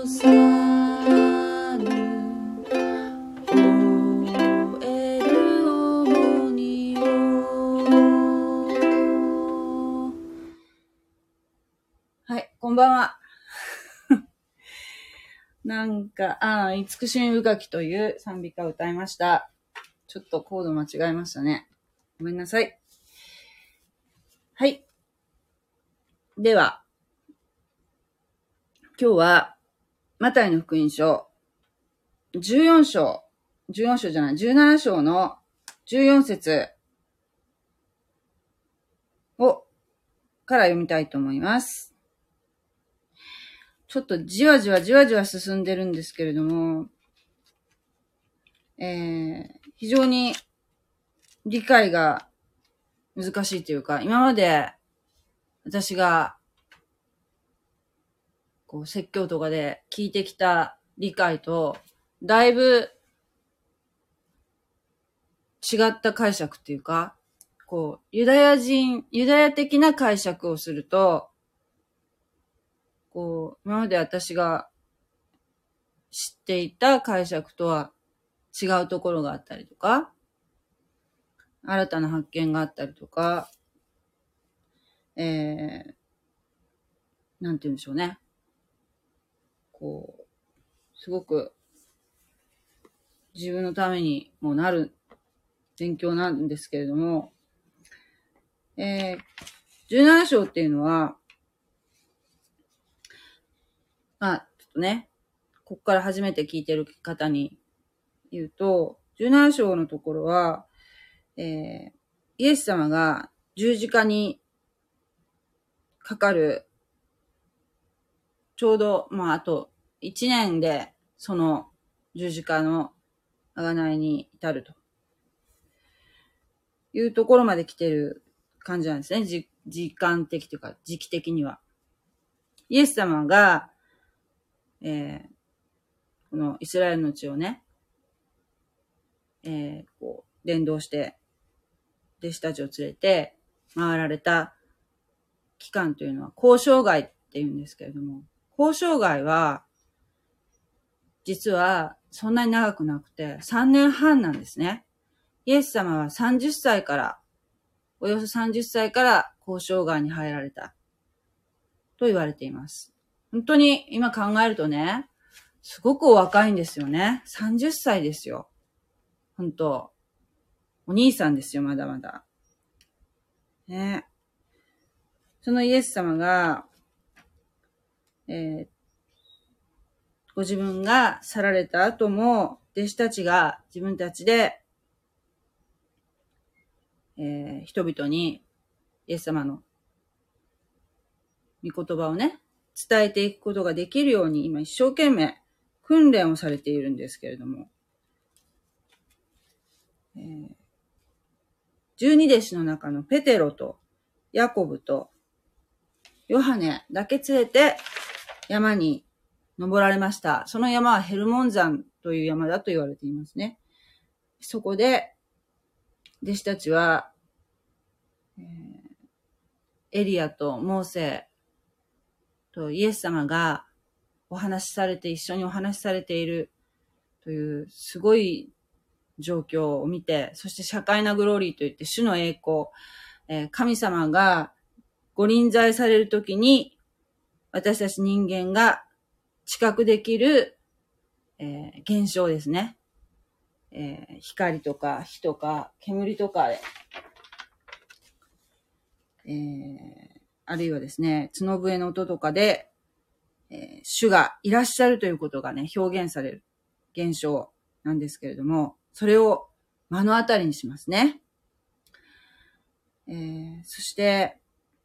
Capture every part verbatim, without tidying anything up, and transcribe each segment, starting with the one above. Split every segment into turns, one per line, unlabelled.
さぬ吠える重荷を。はい、こんばんは。なんか、ああ、慈しみ深きという賛美歌を歌いました。ちょっとコード間違えましたね。ごめんなさい。はい。では、今日は、マタイの福音書、じゅうよん章、じゅうよん章じゃない、じゅうなな章のじゅうよん節を、から読みたいと思います。ちょっとじわじわじわじわ進んでるんですけれども、えー、非常に理解が難しいというか、今まで私がこう説教とかで聞いてきた理解とだいぶ違った解釈っていうか、こうユダヤ人、ユダヤ的な解釈をすると、こう今まで私が知っていた解釈とは違うところがあったりとか、新たな発見があったりとか、えー、なんて言うんでしょうね。こう、すごく自分のためにもなる勉強なんですけれども、えー、じゅうなな章っていうのは、まあ、ちょっとね、ここから初めて聞いてる方に言うと、じゅうなな章のところは、えー、イエス様が十字架にかかる、ちょうど、まあ、あといちねんで、その十字架の贖いに至るというところまで来てる感じなんですね。じ時間的というか、時期的には。イエス様が、えー、このイスラエルの地をね、えー、こう伝道して、弟子たちを連れて回られた期間というのは、交渉外って言うんですけれども、交渉外は、実はそんなに長くなくてさんねんはんなんですね。イエス様はさんじゅっさいから、およそさんじゅっさいから交渉外に入られたと言われています。本当に今考えるとね、すごくお若いんですよね。さんじゅっさいですよ。本当。お兄さんですよ、まだまだ。ね。そのイエス様が、えー、ご自分が去られた後も、弟子たちが自分たちで、えー、人々にイエス様の御言葉をね、伝えていくことができるように、今一生懸命訓練をされているんですけれども、えー、十二弟子の中のペテロとヤコブとヨハネだけ連れて山に登られました。その山はヘルモン山という山だと言われていますね。そこで弟子たちは、えー、エリアとモーセとイエス様がお話しされて、一緒にお話しされているというすごい状況を見て、そして社会なグローリーといって主の栄光、えー、神様がご臨在されるときに私たち人間が知覚できる、えー、現象ですね、えー。光とか火とか煙とかで、えー、あるいはですね、角笛の音とかで、えー、主がいらっしゃるということがね、表現される現象なんですけれども、それを目の当たりにしますね。えー、そして、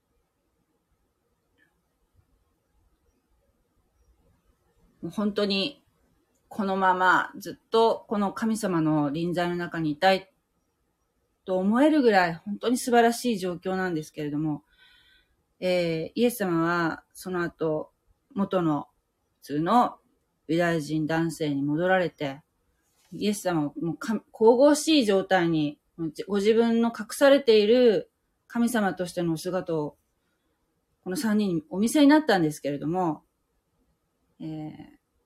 本当にこのままずっとこの神様の臨在の中にいたいと思えるぐらい本当に素晴らしい状況なんですけれども、えー、イエス様はその後元の普通のユダヤ人男性に戻られて、イエス様はもう神々しい状態にご自分の隠されている神様としてのお姿をこのさんにんにお見せになったんですけれども、えー、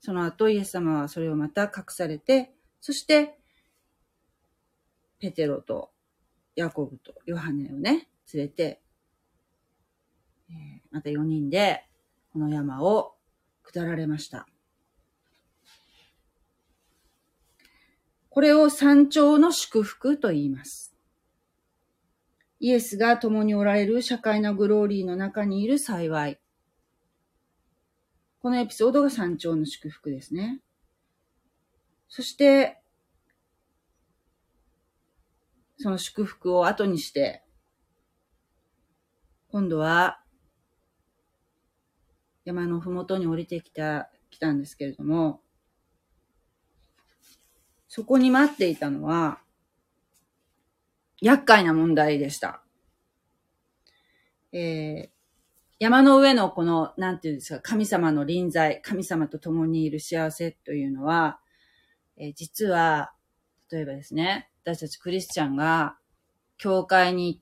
その後イエス様はそれをまた隠されて、そしてペテロとヤコブとヨハネをね、連れて、えー、またよにんでこの山を下られました。これを山頂の祝福と言います。イエスが共におられる社会のグローリーの中にいる幸い。このエピソードが山頂の祝福ですね。そして、その祝福を後にして、今度は山のふもとに降りてきた、来たんですけれども、そこに待っていたのは、厄介な問題でした。えー、山の上のこの、なんていうんですか、神様の臨在、神様と共にいる幸せというのは、えー、実は、例えばですね、私たちクリスチャンが、教会に行って、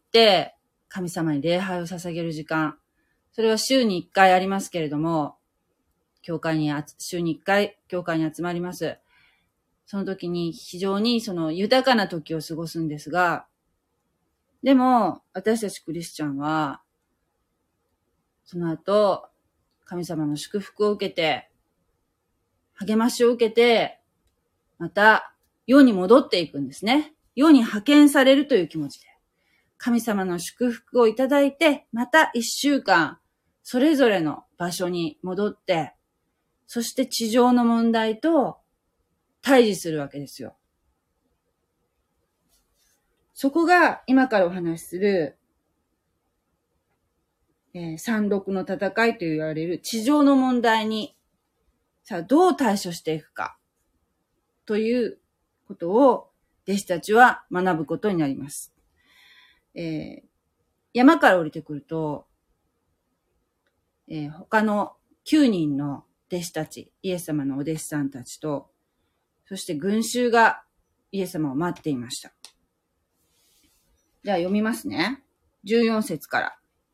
神様に礼拝を捧げる時間、それは週にいっかいありますけれども、教会に、週にいっかい、教会に集まります。その時に非常にその豊かな時を過ごすんですが、でも、私たちクリスチャンは、その後、神様の祝福を受けて、励ましを受けて、また、世に戻っていくんですね。世に派遣されるという気持ちで。神様の祝福をいただいて、また一週間、それぞれの場所に戻って、そして地上の問題と対峙するわけですよ。そこが今からお話しする、えー、三六の戦いと言われる地上の問題に、さあどう対処していくか、ということを弟子たちは学ぶことになります。えー、山から降りてくると、えー、他のきゅうにんの弟子たち、イエス様のお弟子さんたちと、そして群衆がイエス様を待っていました。じゃあ読みますね。じゅうよん節から。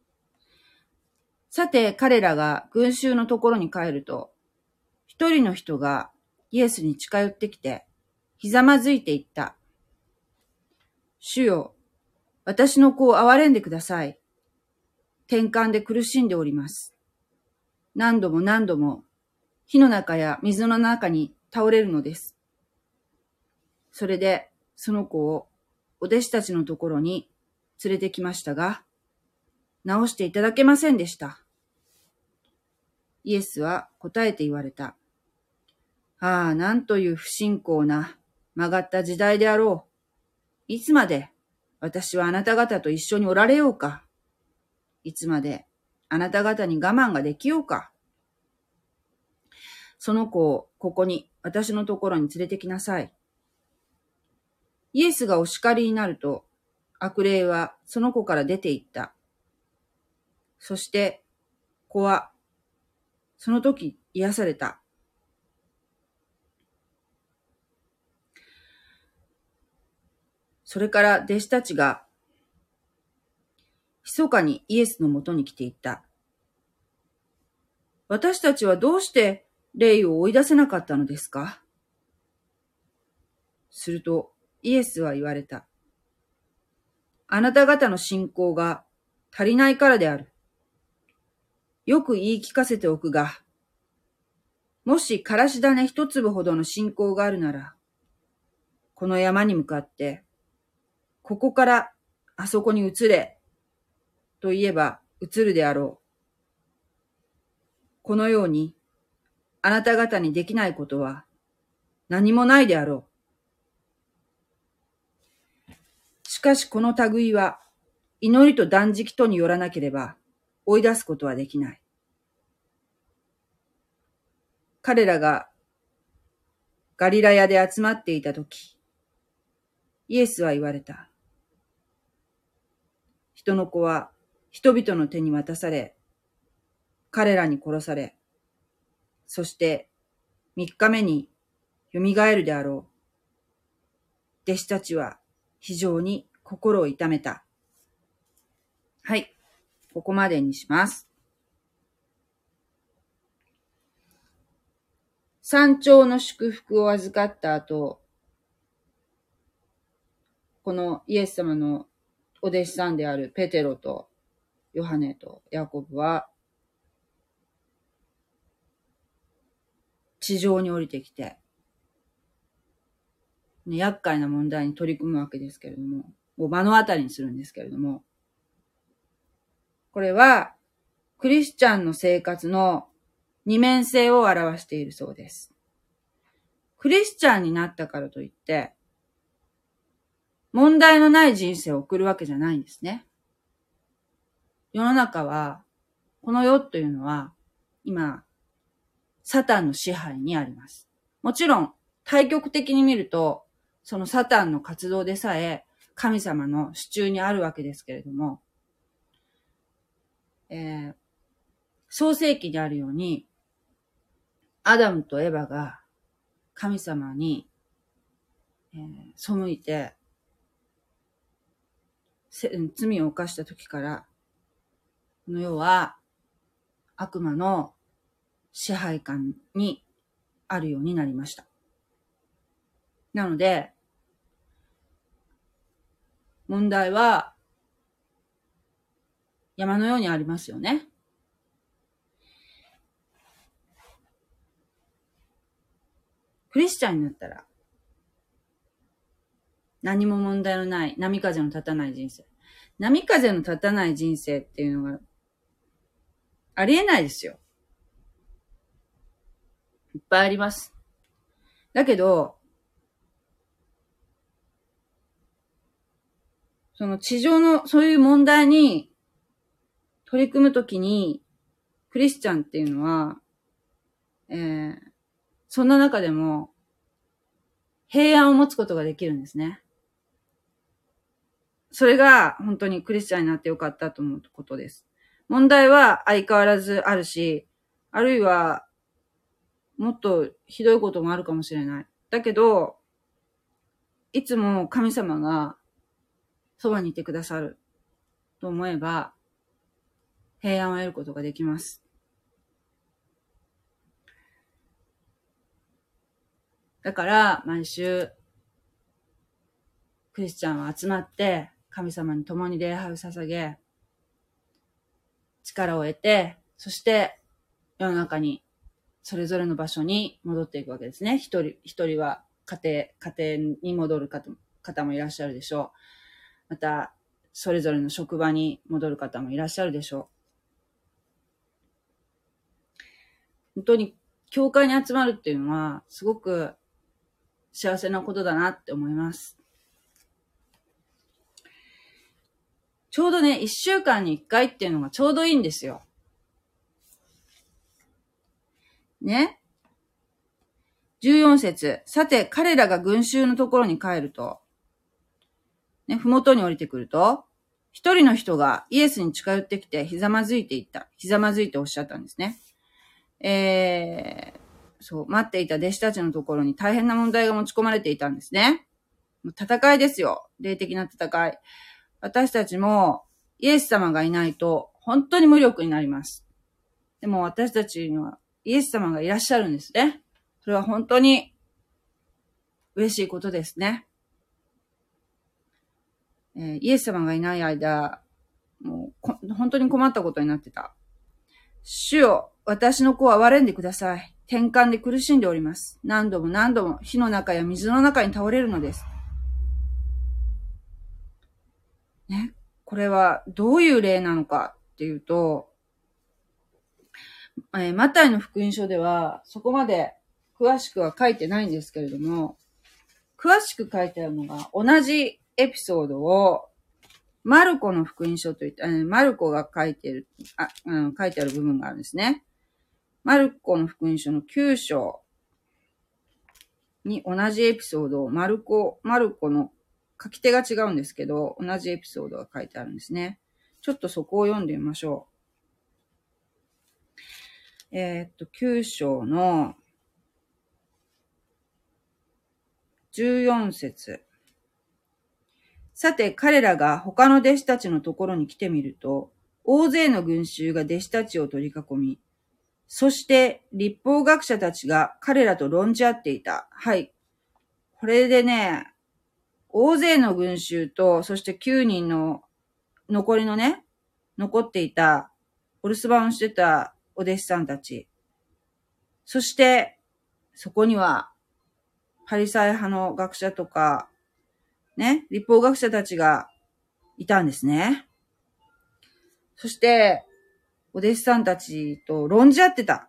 さて彼らが群衆のところに帰ると、一人の人がイエスに近寄ってきて、ひざまずいていった。主よ、私の子を憐れんでください。転換で苦しんでおります。何度も何度も火の中や水の中に倒れるのです。それでその子をお弟子たちのところに連れてきましたが、治していただけませんでした。イエスは答えて言われた。ああ、なんという不信仰な曲がった時代であろう。いつまで私はあなた方と一緒におられようか。いつまであなた方に我慢ができようか。その子をここに私のところに連れてきなさい。イエスがお叱りになると、悪霊はその子から出て行った。そして子はその時癒された。それから弟子たちが密かにイエスのもとに来ていった。私たちはどうして霊を追い出せなかったのですか？するとイエスは言われた。あなた方の信仰が足りないからである。よく言い聞かせておくが、もしからし種一粒ほどの信仰があるなら、この山に向かって、ここからあそこに移れ、と言えば移るであろう。このように、あなた方にできないことは何もないであろう。しかしこの類は、祈りと断食とによらなければ追い出すことはできない。彼らがガリラヤで集まっていたとき、イエスは言われた。人の子は人々の手に渡され、彼らに殺され、そして三日目によみがえるであろう。弟子たちは非常に心を痛めた。はい、ここまでにします。 山頂の祝福を預かった後、このイエス様のお弟子さんであるペテロとヨハネとヤコブは地上に降りてきて、ね、厄介な問題に取り組むわけですけれども、を目の当たりにするんですけれども、これはクリスチャンの生活の二面性を表しているそうです。クリスチャンになったからといって、問題のない人生を送るわけじゃないんですね。世の中は、この世というのは、今、サタンの支配にあります。もちろん、対極的に見ると、そのサタンの活動でさえ、神様の手中にあるわけですけれども、えー、創世記にあるように、アダムとエバが神様に、えー、背いて、罪を犯した時から、この世は悪魔の支配下にあるようになりました。なので、問題は山のようにありますよね。クリスチャンになったら、何も問題のない、波風の立たない人生。波風の立たない人生っていうのがありえないですよ。いっぱいあります。だけど、その地上のそういう問題に取り組むときに、クリスチャンっていうのは、えー、そんな中でも平安を持つことができるんですね。それが本当にクリスチャンになってよかったと思うことです。問題は相変わらずあるし、あるいはもっとひどいこともあるかもしれない。だけど、いつも神様がそばにいてくださると思えば、平安を得ることができます。だから、毎週、クリスチャンは集まって、神様に共に礼拝を捧げ、力を得て、そして世の中に、それぞれの場所に戻っていくわけですね。一人、一人は家庭、家庭に戻る方も、方もいらっしゃるでしょう。また、それぞれの職場に戻る方もいらっしゃるでしょう。本当に、教会に集まるっていうのは、すごく幸せなことだなって思います。ちょうどね、一週間に一回っていうのがちょうどいいんですよ。ね。じゅうよん節。さて、彼らが群衆のところに帰ると、ね、ふもとに降りてくると、一人の人がイエスに近寄ってきてひざまずいていった。ひざまずいておっしゃったんですね。えー、そう、待っていた弟子たちのところに大変な問題が持ち込まれていたんですね。戦いですよ。霊的な戦い。私たちもイエス様がいないと本当に無力になります。でも私たちにはイエス様がいらっしゃるんですね。それは本当に嬉しいことですね。えー、イエス様がいない間、もう本当に困ったことになってた。主よ、私の子を憐れんでください。転換で苦しんでおります。何度も何度も火の中や水の中に倒れるのです。ね、これはどういう例なのかっていうと、えー、マタイの福音書ではそこまで詳しくは書いてないんですけれども、詳しく書いてあるのが同じエピソードをマルコの福音書といって、えー、マルコが書いてるあ、うん、書いてある部分があるんですね。マルコの福音書のきゅう章に同じエピソードをマルコ、マルコの書き手が違うんですけど、同じエピソードが書いてあるんですね。ちょっとそこを読んでみましょう。えー、っと、きゅう章のじゅうよん節。さて、彼らが他の弟子たちのところに来てみると、大勢の群衆が弟子たちを取り囲み、 そして立法学者たちが彼らと論じ合っていた。はい。これでね、大勢の群衆と、そしてきゅうにんの残りのね、残っていた、お留守番をしてたお弟子さんたち。そして、そこには、パリサイ派の学者とか、ね、立法学者たちがいたんですね。そして、お弟子さんたちと論じ合ってた。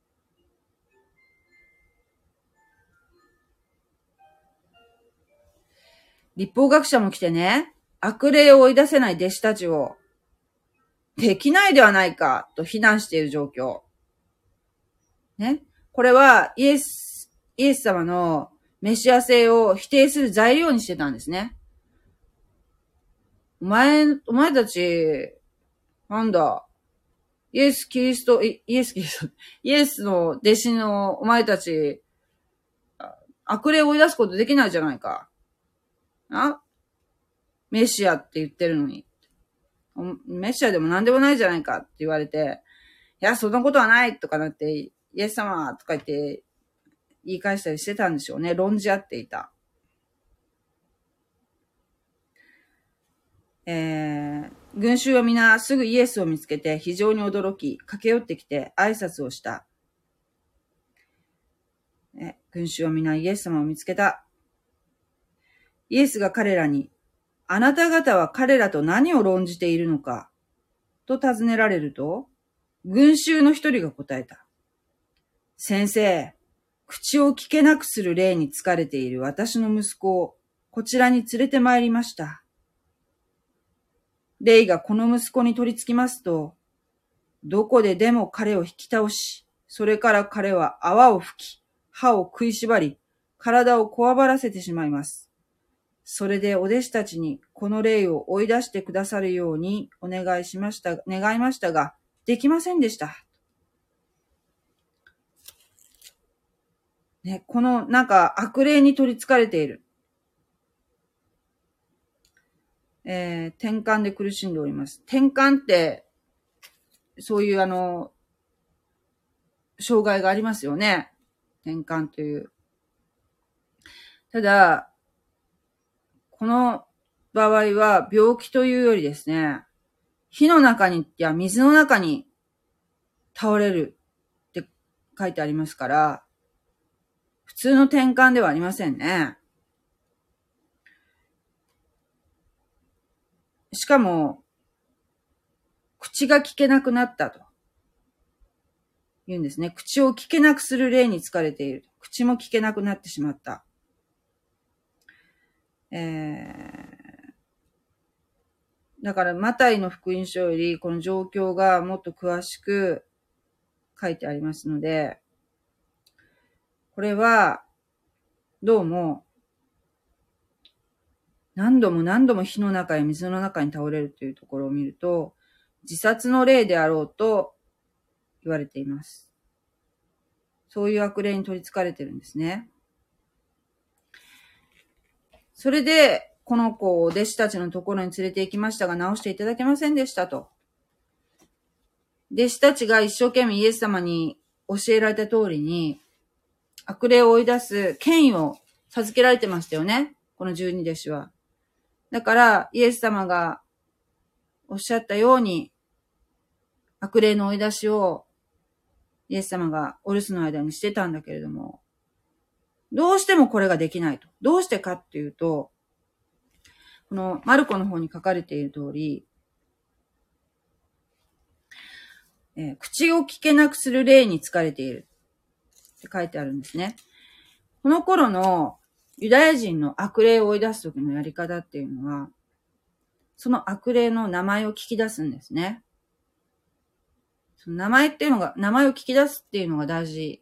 立法学者も来てね、悪霊を追い出せない弟子たちを、できないではないか、と非難している状況。ね。これは、イエス、イエス様のメシア性を否定する材料にしてたんですね。お前、お前たち、なんだ、イエス・キリスト、イエス・キリスト、イエスの弟子のお前たち、悪霊を追い出すことできないじゃないか。あメシアって言ってるのに。メシアでも何でもないじゃないかって言われて、いや、そんなことはないとかなって、イエス様とか言って言い返したりしてたんでしょうね。論じ合っていた。えー、群衆は皆すぐイエスを見つけて非常に驚き、駆け寄ってきて挨拶をした。ね、群衆は皆イエス様を見つけた。イエスが彼らに、あなた方は彼らと何を論じているのかと尋ねられると、群衆の一人が答えた。先生、口を聞けなくする霊に疲れている私の息子をこちらに連れて参りました。霊がこの息子に取り付きますと、どこででも彼を引き倒し、それから彼は泡を吹き、歯を食いしばり、体をこわばらせてしまいます。それでお弟子たちにこの霊を追い出してくださるようにお願いしました、願いましたが、できませんでした。ね、このなんか悪霊に取り憑かれている。えー、転換で苦しんでおります。転換って、そういうあの、障害がありますよね。転換という。ただ、この場合は病気というよりですね、火の中に、いや水の中に倒れるって書いてありますから、普通の転換ではありませんね。しかも、口が聞けなくなったと言うんですね。口を聞けなくする霊に疲れている。口も聞けなくなってしまった。えー、だから、マタイの福音書より、この状況がもっと詳しく書いてありますので、これは、どうも、何度も何度も火の中や水の中に倒れるというところを見ると、自殺の霊であろうと言われています。そういう悪霊に取り憑かれてるんですね。それで、この子を弟子たちのところに連れて行きましたが、治していただけませんでしたと。弟子たちが一生懸命イエス様に教えられた通りに、悪霊を追い出す権威を授けられてましたよね。この十二弟子は。だから、イエス様がおっしゃったように、悪霊の追い出しをイエス様がお留守の間にしてたんだけれども、どうしてもこれができないと。どうしてかっていうと、このマルコの方に書かれている通り、えー、口を聞けなくする霊に疲れているって書いてあるんですね。この頃のユダヤ人の悪霊を追い出す時のやり方っていうのは、その悪霊の名前を聞き出すんですね。その名前っていうのが、名前を聞き出すっていうのが大事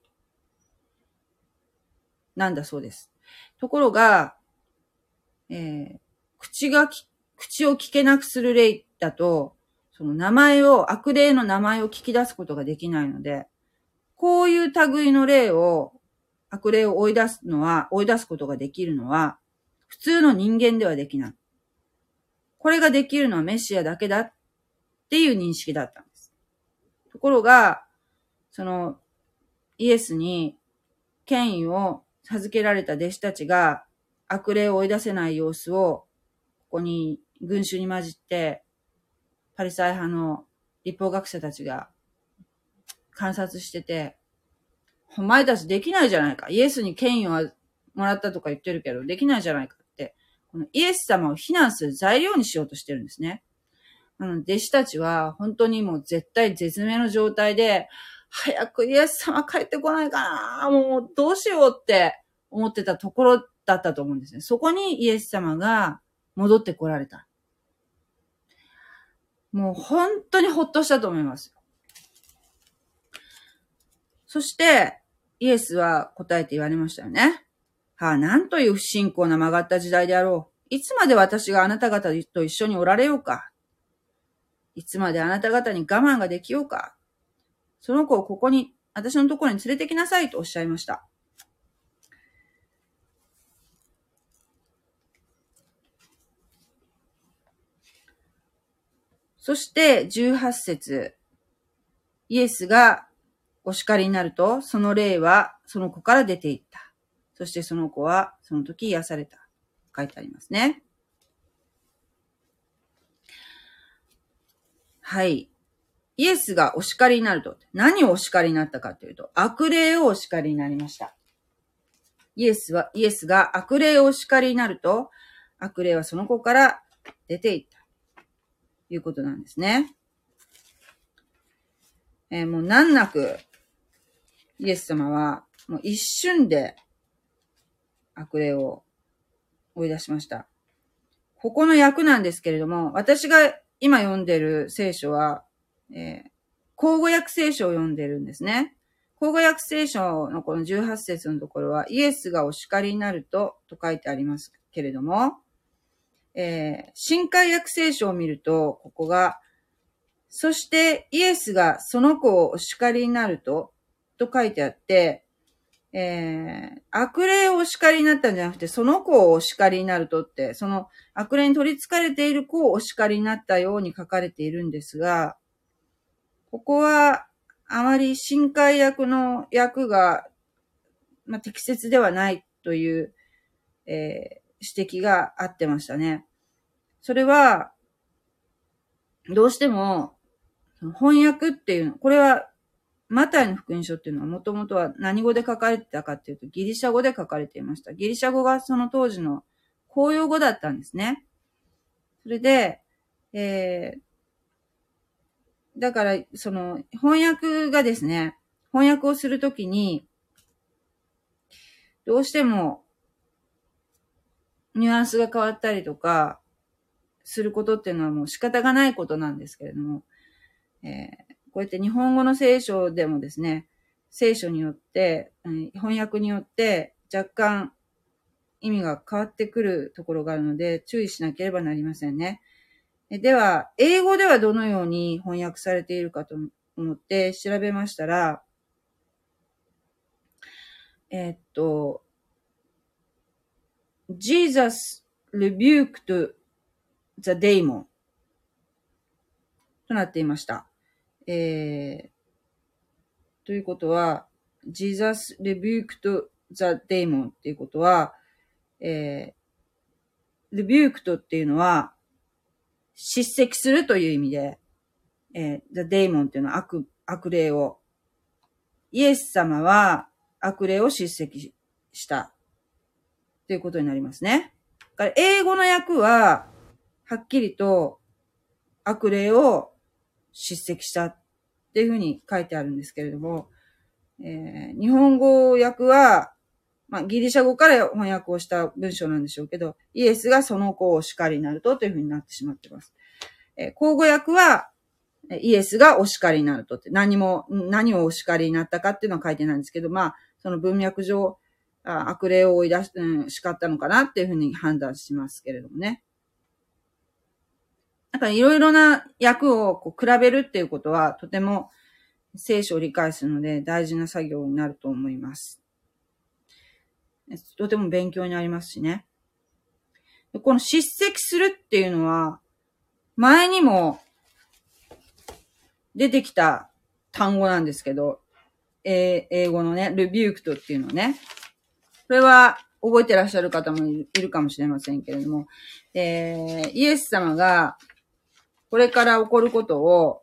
なんだそうです。ところが、えー、口がき、口を聞けなくする霊だと、その名前を、悪霊の名前を聞き出すことができないので、こういう類の霊を、悪霊を追い出すのは、追い出すことができるのは、普通の人間ではできない。これができるのはメシアだけだっていう認識だったんです。ところが、 そのイエスに権威を授けられた弟子たちが悪霊を追い出せない様子を、ここに群衆に混じって、パリサイ派の律法学者たちが観察してて、お前たちできないじゃないか。イエスに権威をもらったとか言ってるけど、できないじゃないかって、このイエス様を非難する材料にしようとしてるんですね。あの、弟子たちは本当にもう絶対絶命の状態で、早くイエス様帰ってこないかな、もうどうしようって思ってたところだったと思うんですね。そこにイエス様が戻ってこられた。もう本当にほっとしたと思います。そして、イエスは答えて言われましたよね。はあ、なんという不信仰な曲がった時代であろう。いつまで私があなた方と一緒におられようか。いつまであなた方に我慢ができようか。その子をここに、私のところに連れてきなさいとおっしゃいました。そしてじゅうはち節、イエスがお叱りになると、その霊はその子から出ていった。そしてその子はその時癒された。書いてありますね。はい。イエスがお叱りになると、何をお叱りになったかというと、悪霊をお叱りになりました。イエスは、イエスが悪霊をお叱りになると、悪霊はその子から出ていった。ということなんですね。えー、もう難なく、イエス様は、もう一瞬で悪霊を追い出しました。ここの訳なんですけれども、私が今読んでる聖書は、えー、口語訳聖書を読んでるんですね。口語訳聖書のこのじゅうはち節のところは、イエスがお叱りになると、と書いてありますけれども、えー、新海訳聖書を見ると、ここが、そしてイエスがその子をお叱りになると、と書いてあって、えー、悪霊をお叱りになったんじゃなくて、その子をお叱りになるとって、その悪霊に取り憑かれている子をお叱りになったように書かれているんですが、ここはあまり新海訳の訳が、まあ、適切ではないという、えー、指摘があってましたね。それは、どうしても、翻訳っていうの、これは、マタイの福音書っていうのはもともとは何語で書かれてたかっていうとギリシャ語で書かれていました。ギリシャ語がその当時の公用語だったんですね。それで、えー、だからその翻訳がですね、翻訳をするときに、どうしてもニュアンスが変わったりとかすることっていうのはもう仕方がないことなんですけれども、えー、こうやって日本語の聖書でもですね、聖書によって、翻訳によって若干意味が変わってくるところがあるので注意しなければなりませんね。では、英語ではどのように翻訳されているかと思って調べましたら、えー、っと、Jesus rebuked the demon となっていました。えー、ということは、Jesus rebuked the demon っていうことは、えー、rebuked っていうのは、叱責するという意味で、えー、the demon っていうのは悪、悪霊を、イエス様は悪霊を叱責したということになりますね。だから英語の訳は、はっきりと悪霊を叱責したっていうふうに書いてあるんですけれども、えー、日本語訳は、まあ、ギリシャ語から翻訳をした文章なんでしょうけど、イエスがその子をお叱りになるとというふうになってしまっています。えー、口語訳は、イエスがお叱りになるとって、何も、何をお叱りになったかっていうのは書いてないんですけど、まあ、その文脈上、あ悪霊を追い出し、うん、叱ったのかなっていうふうに判断しますけれどもね。だからいろいろな訳をこう比べるっていうことは、とても聖書を理解するので大事な作業になると思います。とても勉強になりますしね。この叱責するっていうのは、前にも出てきた単語なんですけど、 え英語のね、レビュークトっていうのね。これは覚えてらっしゃる方もいるかもしれませんけれども、えー、イエス様がこれから起こることを、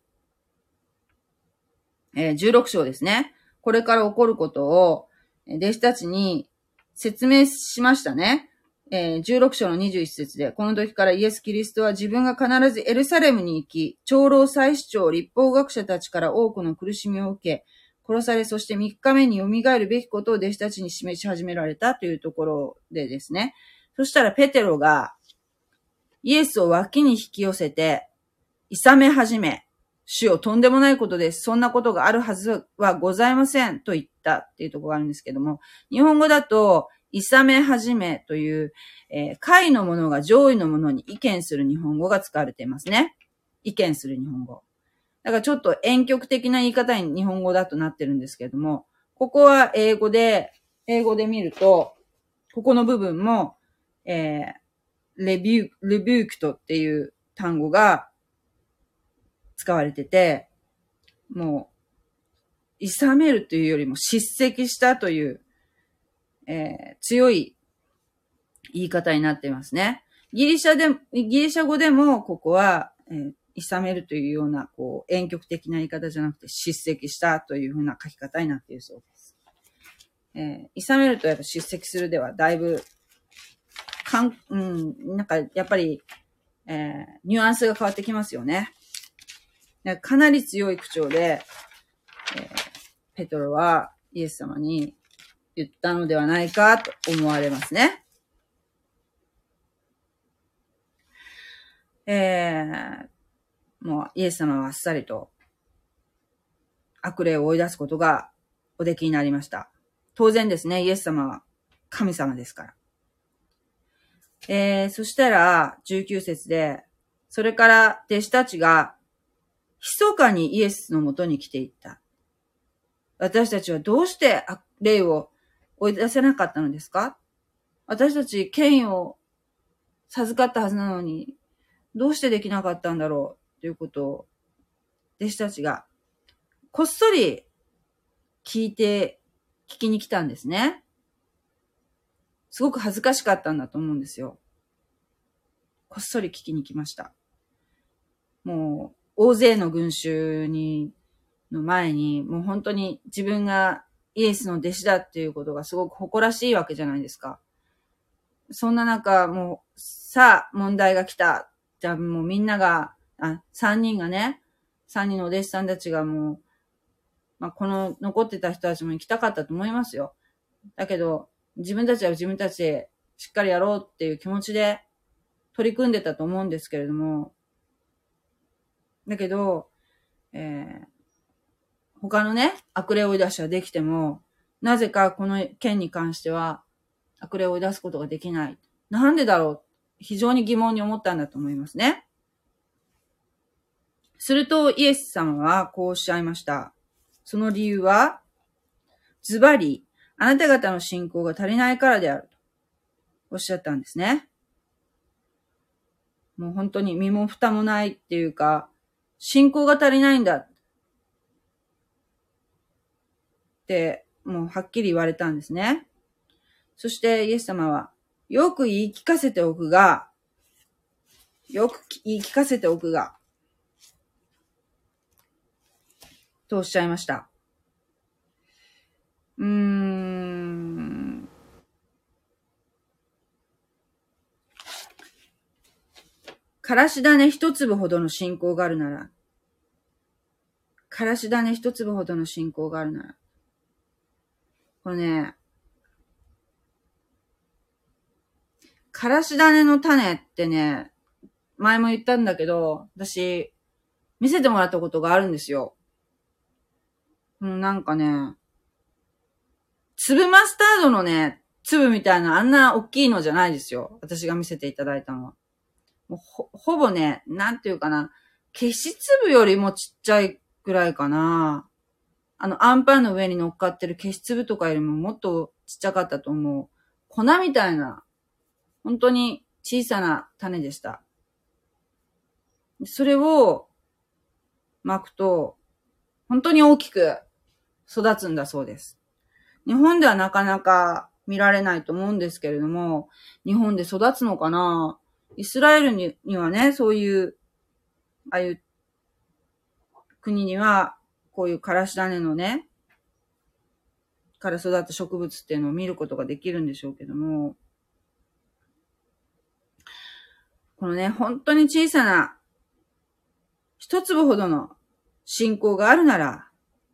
えー、じゅうろく章ですね。これから起こることを弟子たちに説明しましたね。えー、じゅうろく章のにじゅういち節で、この時からイエス・キリストは自分が必ずエルサレムに行き、長老祭司長、立法学者たちから多くの苦しみを受け、殺され、そしてみっかめに蘇るべきことを弟子たちに示し始められたというところでですね。そしたらペテロがイエスを脇に引き寄せて、諌め始め、主よとんでもないことです。そんなことがあるはずはございませんと言ったっていうところがあるんですけども、日本語だと、諌め始めという、えー、下位のものが上位のものに意見する日本語が使われていますね。意見する日本語。だからちょっと婉曲的な言い方に日本語だとなってるんですけれども、ここは英語で、英語で見ると、ここの部分も、えー、レビュー、レビュークトっていう単語が使われてて、もう、諌めるというよりも叱責したという、えー、強い言い方になっていますね。ギリシャで、ギリシャ語でもここは、えー、諌めるというような、こう、婉曲的な言い方じゃなくて、叱責したというふうな書き方になっているそうです。えー、諌めるとやっぱ叱責するではだいぶ、かん、うん、なんかやっぱり、えー、ニュアンスが変わってきますよね。かなり強い口調で、えー、ペトロはイエス様に言ったのではないかと思われますね。えー、もうイエス様はあっさりと悪霊を追い出すことがおできになりました。当然ですね、イエス様は神様ですから。えー、そしたらじゅうきゅう節で、それから弟子たちが密かにイエスのもとに来ていった。私たちはどうして霊を追い出せなかったのですか？私たち権威を授かったはずなのに、どうしてできなかったんだろうということを、弟子たちがこっそり聞いて、聞きに来たんですね。すごく恥ずかしかったんだと思うんですよ。こっそり聞きに来ました。もう、大勢の群衆に、の前に、もう本当に自分がイエスの弟子だっていうことがすごく誇らしいわけじゃないですか。そんな中、もう、さあ、問題が来た。じゃあもうみんなが、あ、三人がね、三人のお弟子さんたちがもう、まあ、この残ってた人たちも行きたかったと思いますよ。だけど、自分たちは自分たちでしっかりやろうっていう気持ちで取り組んでたと思うんですけれども、だけど、えー、他のね、悪霊を追い出しはできても、なぜかこの件に関しては悪霊を追い出すことができない。なんでだろう？非常に疑問に思ったんだと思いますね。するとイエス様はこうおっしゃいました。その理由は、ズバリ、あなた方の信仰が足りないからであるとおっしゃったんですね。もう本当に身も蓋もないっていうか、信仰が足りないんだって、もうはっきり言われたんですね。そしてイエス様は、よく言い聞かせておくが、よく言い聞かせておくが、とおっしゃいました。うーん。からし種一粒ほどの信仰があるなら、からし種一粒ほどの信仰があるなら、これね、からし種の種ってね、前も言ったんだけど、私、見せてもらったことがあるんですよ。うん、なんかね、粒マスタードのね、粒みたいなあんな大きいのじゃないですよ。私が見せていただいたのは。もう ほ, ほぼね、なんていうかな、消し粒よりもちっちゃいくらいかな。あの、アンパンの上に乗っかってる消し粒とかよりももっとちっちゃかったと思う。粉みたいな、本当に小さな種でした。それを巻くと、本当に大きく育つんだそうです。日本ではなかなか見られないと思うんですけれども、日本で育つのかな？イスラエルに、にはね、そういう、ああいう国には、こういうからし種のね、から育った植物っていうのを見ることができるんでしょうけども、このね、本当に小さな一粒ほどの信仰があるなら、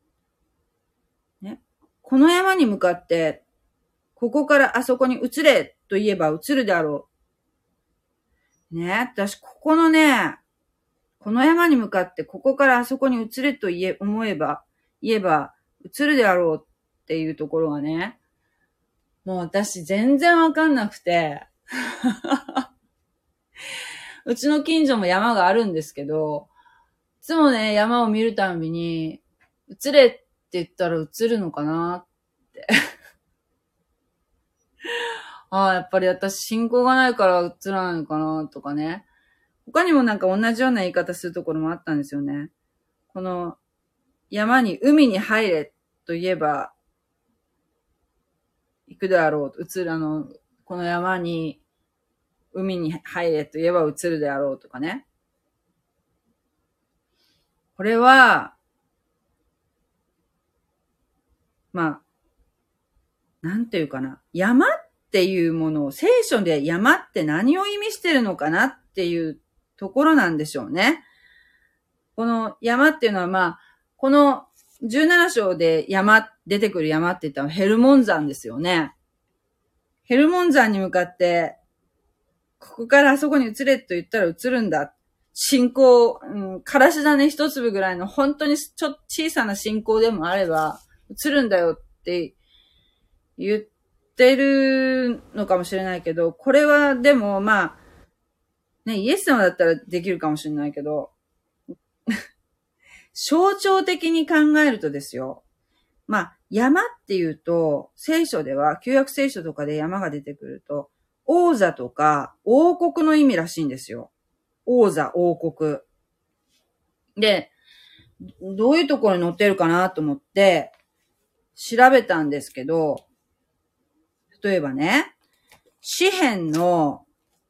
ね、この山に向かって、ここからあそこに移れと言えば移るであろう。ね、私ここのね、この山に向かってここからあそこに移れと言え、思えば、言えば移るであろうっていうところがね、もう私全然わかんなくて、うちの近所も山があるんですけど、いつもね、山を見るたびに、移れって言ったら移るのかなって。ああ、やっぱり私信仰がないから移らないのかなとかね。他にもなんか同じような言い方するところもあったんですよね。この山に海に入れと言えば行くであろう。移るあの、この山に海に入れと言えば移るであろうとかね。これは、まあ、なんていうかな。山っていうものを、聖書で山って何を意味してるのかなっていうところなんでしょうね。この山っていうのはまあ、このじゅうなな章で山、出てくる山って言ったらヘルモン山ですよね。ヘルモン山に向かって、ここからあそこに移れと言ったら移るんだ。信仰、うん、からし種一粒ぐらいの本当にちょっと小さな信仰でもあれば、移るんだよって言ってるのかもしれないけど、これはでもまあ、ね、イエス様だったらできるかもしれないけど、象徴的に考えるとですよ。まあ、山っていうと、聖書では、旧約聖書とかで山が出てくると、王座とか王国の意味らしいんですよ。王座、王国。で、どういうところに載ってるかなと思って、調べたんですけど、例えばね、詩編の、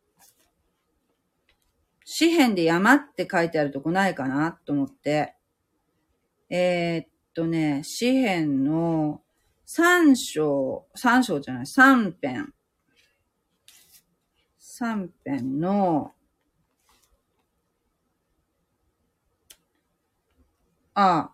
詩編で山って書いてあるとこないかなと思って、えー、っとね、詩編の三章、三章じゃない、三編。三編の、あ、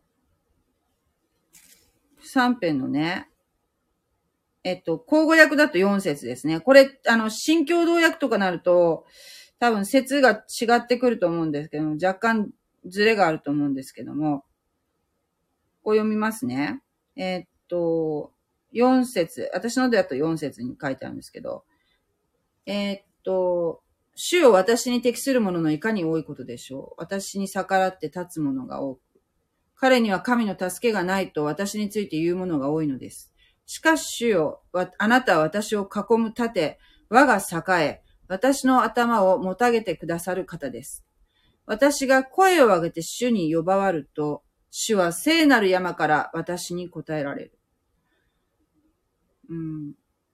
三編のね、えっと、口語訳だと四節ですね。これ、あの、新共同訳とかなると、多分節が違ってくると思うんですけども、若干ズレがあると思うんですけども、こう読みますね。えー、っと、四節、私のでだと四節に書いてあるんですけど、えー、っと、主よ私に適するもののいかに多いことでしょう。私に逆らって立つものが多く。彼には神の助けがないと私について言うものが多いのです。しかし主よ、あなたは私を囲む盾、我が栄え、私の頭をもたげてくださる方です。私が声を上げて主に呼ばわると、主は聖なる山から私に答えられる。うん、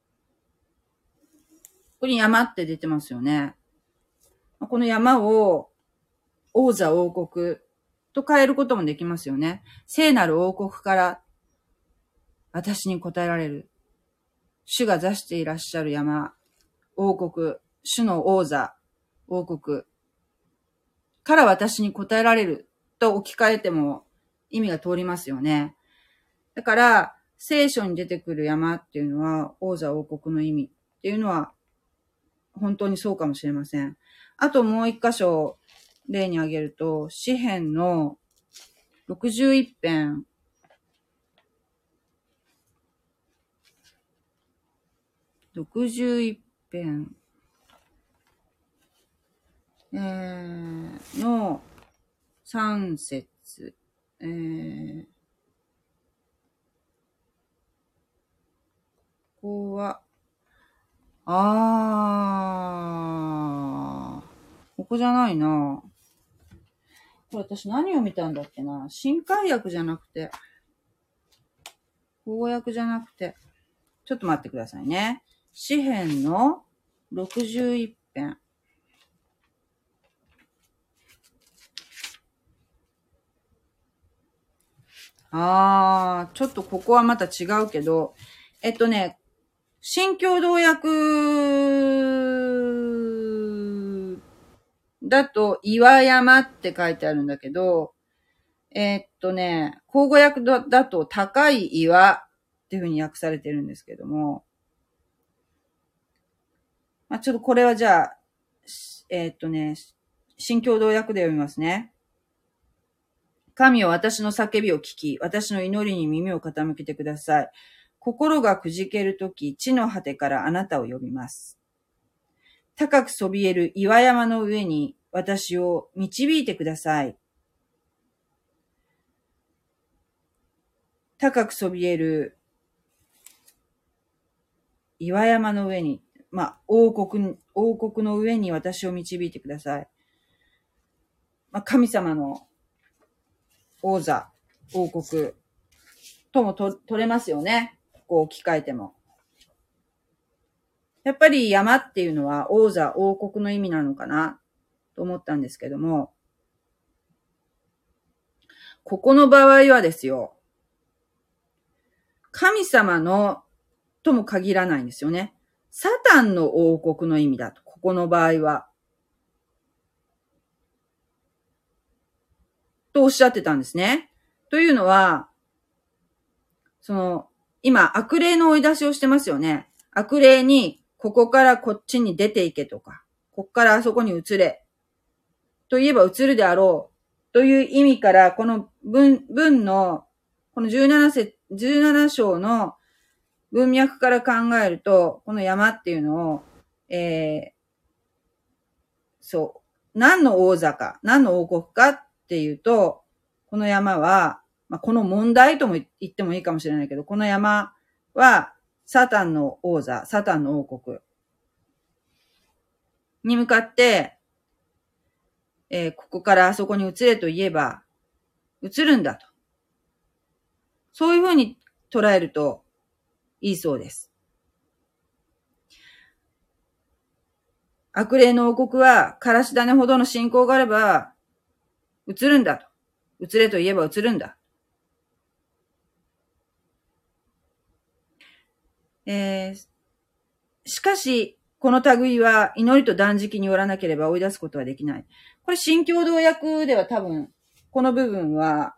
ここに山って出てますよね。この山を王座王国と変えることもできますよね。聖なる王国から私に答えられる。主が座していらっしゃる山、王国、主の王座、王国から私に答えられると置き換えても意味が通りますよね。だから、聖書に出てくる山っていうのは王座王国の意味っていうのは本当にそうかもしれません。あともう一箇所例に挙げると、詩編のろくじゅういち編、ろくじゅういち編、えー、のさん節、えー、ここは、あー、ここじゃないな。これ私何を見たんだっけな。新海訳じゃなくて、 口語訳じゃなくて、ちょっと待ってくださいね。詩編のろくじゅういち編。あー、ちょっとここはまた違うけど、えっとね、新共同訳だと岩山って書いてあるんだけど、えっとね、口語訳だだと高い岩っていう風に訳されてるんですけども、まあ、ちょっとこれはじゃあ、えっとね、新共同訳で読みますね。神よ、私の叫びを聞き、私の祈りに耳を傾けてください。心がくじけるとき、地の果てからあなたを呼びます。高くそびえる岩山の上に私を導いてください。高くそびえる岩山の上に、まあ、王国、王国の上に私を導いてください。まあ、神様の王座、王国ともと取れますよね。ここを置き換えても。やっぱり山っていうのは王座、王国の意味なのかなと思ったんですけども、ここの場合はですよ、神様のとも限らないんですよね。サタンの王国の意味だと、ここの場合は。とおっしゃってたんですね。というのは、その、今、悪霊の追い出しをしてますよね。悪霊に、ここからこっちに出ていけとか、こっからあそこに移れ。と言えば移るであろう。という意味から、この文、文の、このじゅうなな節、じゅうなな章の文脈から考えると、この山っていうのを、えー、そう、何の王座か、何の王国かっていうと、この山は、まあ、この問題とも言ってもいいかもしれないけど、この山は、サタンの王座、サタンの王国に向かって、えー、ここからあそこに移れと言えば、移るんだと。そういうふうに捉えるといいそうです。悪霊の王国は、からし種ほどの信仰があれば、移るんだと。移れと言えば移るんだ。えー、しかし、この類は祈りと断食によらなければ追い出すことはできない。これ、新共同訳では多分、この部分は、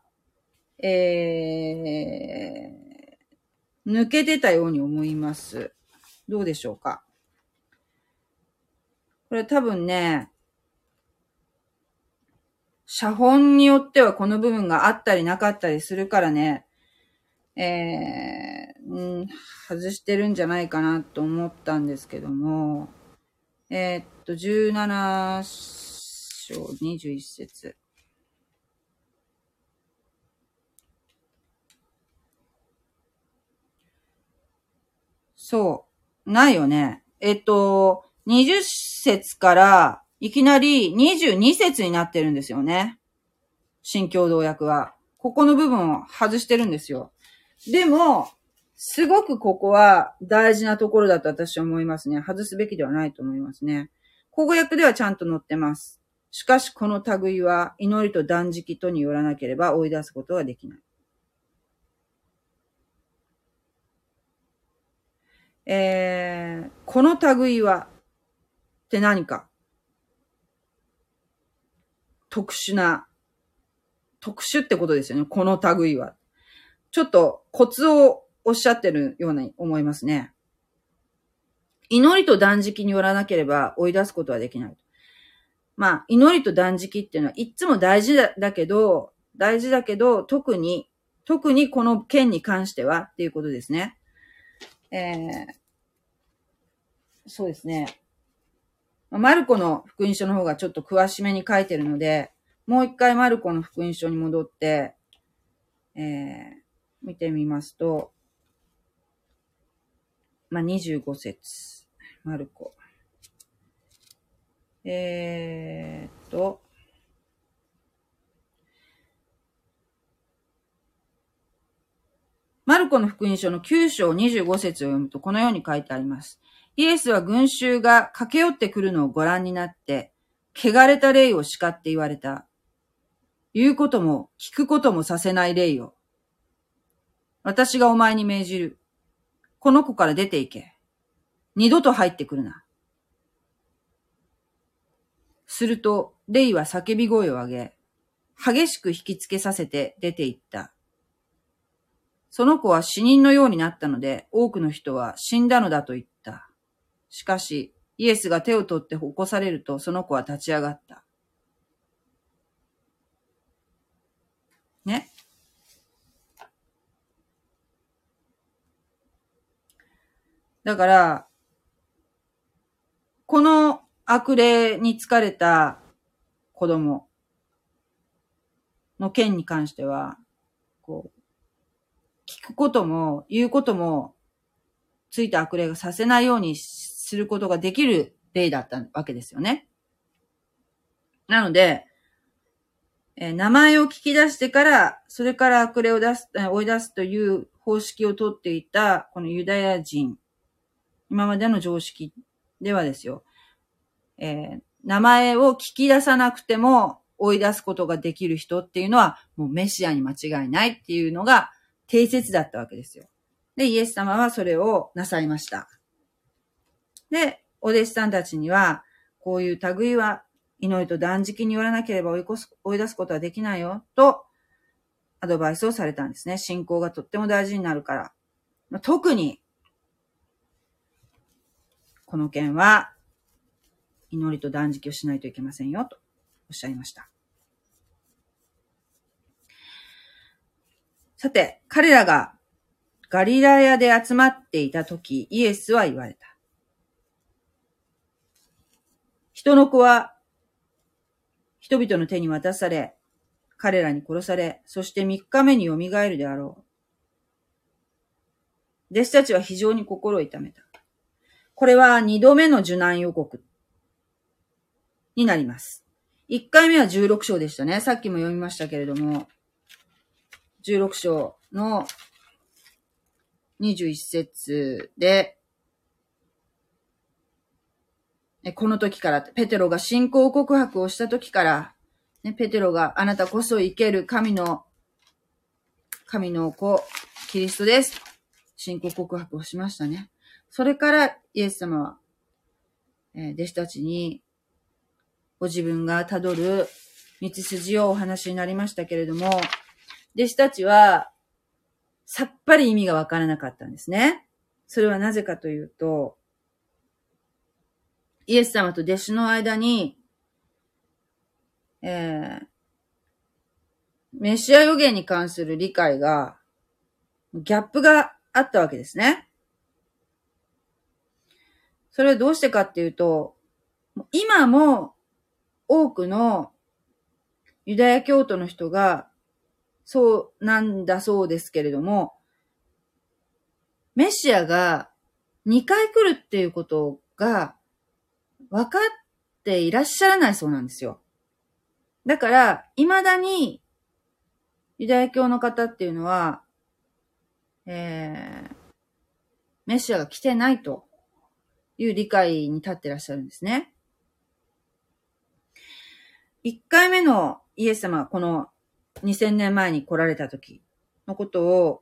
えー、抜けてたように思います。どうでしょうか。これ多分ね、写本によってはこの部分があったりなかったりするからね、えーうん、外してるんじゃないかなと思ったんですけども、えー、っと、じゅうなな章にじゅういち節。そう。ないよね。えっと、にじゅう節からいきなりにじゅうに節になってるんですよね。新共同訳は。ここの部分を外してるんですよ。でも、すごくここは大事なところだと私は思いますね。外すべきではないと思いますね。口語訳ではちゃんと載ってます。しかしこの類は祈りと断食とによらなければ追い出すことはできない。えー、この類はって何か特殊な、特殊ってことですよね。この類は。ちょっとコツをおっしゃってるように思いますね。祈りと断食によらなければ追い出すことはできない。まあ、祈りと断食っていうのはいつも大事だ、だけど、大事だけど、特に、特にこの件に関してはっていうことですね。えー、そうですね。マルコの福音書の方がちょっと詳しめに書いてるので、もう一回マルコの福音書に戻って、えー、見てみますと、まあ、にじゅうご節。マルコ。えーっと、ママルコの福音書のきゅう章にじゅうご節を読むとこのように書いてあります。イエスは群衆が駆け寄ってくるのをご覧になって、汚れた霊を叱って言われた。言うことも聞くこともさせない霊よ。私がお前に命じる。この子から出て行け。二度と入ってくるな。すると、霊は叫び声を上げ、激しく引きつけさせて出て行った。その子は死人のようになったので、多くの人は死んだのだと言った。しかし、イエスが手を取って起こされると、その子は立ち上がった。ね。だから、この悪霊に疲れた子供の件に関しては、こう、聞くことも言うこともついた悪霊がさせないようにすることができる霊だったわけですよね。なので、えー、名前を聞き出してから、それから悪霊を出す、追い出すという方式をとっていた、このユダヤ人、今までの常識ではですよ、えー、名前を聞き出さなくても追い出すことができる人っていうのは、もうメシアに間違いないっていうのが定説だったわけですよ。で、イエス様はそれをなさいました。で、お弟子さんたちには、こういう類は祈りと断食によらなければ追い越す、追い出すことはできないよ、とアドバイスをされたんですね。信仰がとっても大事になるから。特に、この件は、祈りと断食をしないといけませんよ、とおっしゃいました。さて、彼らがガリラヤで集まっていたとき、イエスは言われた。人の子は人々の手に渡され、彼らに殺され、そして三日目によみがえるであろう。弟子たちは非常に心を痛めた。これは二度目の受難予告になります。一回目はじゅうろく章でしたね。さっきも読みましたけれども、じゅうろく章のにじゅういち節で、この時から、ペテロが信仰告白をした時から、ね、ペテロがあなたこそ生ける神の、神の子、キリストです。信仰告白をしましたね。それからイエス様は、えー、弟子たちにご自分がたどる道筋をお話になりましたけれども、弟子たちはさっぱり意味がわからなかったんですね。それはなぜかというと、イエス様と弟子の間に、えー、メシア予言に関する理解が、ギャップがあったわけですね。それはどうしてかっていうと、今も多くのユダヤ教徒の人がそうなんだそうですけれども、メシアがにかい来るっていうことが分かっていらっしゃらないそうなんですよ。だから、未だにユダヤ教の方っていうのは、えー、メシアが来てないという理解に立ってらっしゃるんですね。一回目のイエス様がこのにせんねんまえに来られた時のことを、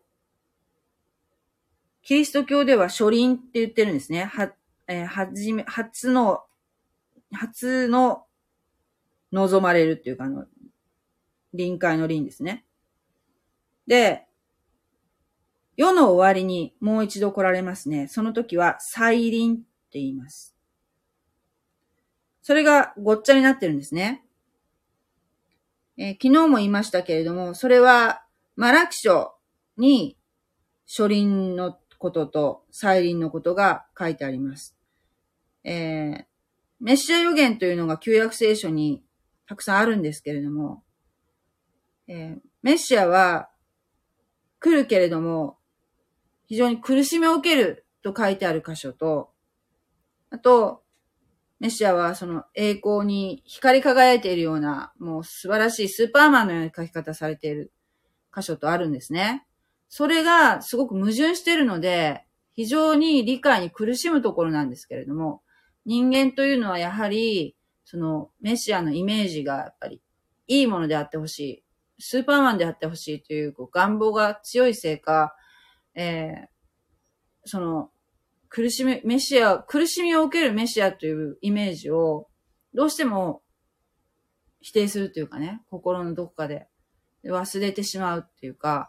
キリスト教では初臨って言ってるんですね。は、えー、はじめ、初の、初の望まれるっていうか、あの、臨界の臨ですね。で、世の終わりにもう一度来られますね。その時は再臨って言います。それがごっちゃになってるんですね。えー、昨日も言いましたけれども、それはマラキ書に初臨のことと再臨のことが書いてあります。えー、メシア予言というのが旧約聖書にたくさんあるんですけれども、えー、メシアは来るけれども、非常に苦しみを受けると書いてある箇所と、あと、メシアはその栄光に光り輝いているような、もう素晴らしいスーパーマンのような書き方されている箇所とあるんですね。 それがすごく矛盾しているので、非常に理解に苦しむところなんですけれども、人間というのはやはり、そのメシアのイメージがやっぱりいいものであってほしい、スーパーマンであってほしいという、こう願望が強いせいか、えー、その苦しみ、メシア、苦しみを受けるメシアというイメージをどうしても否定するというかね、心のどこかで忘れてしまうっていうか、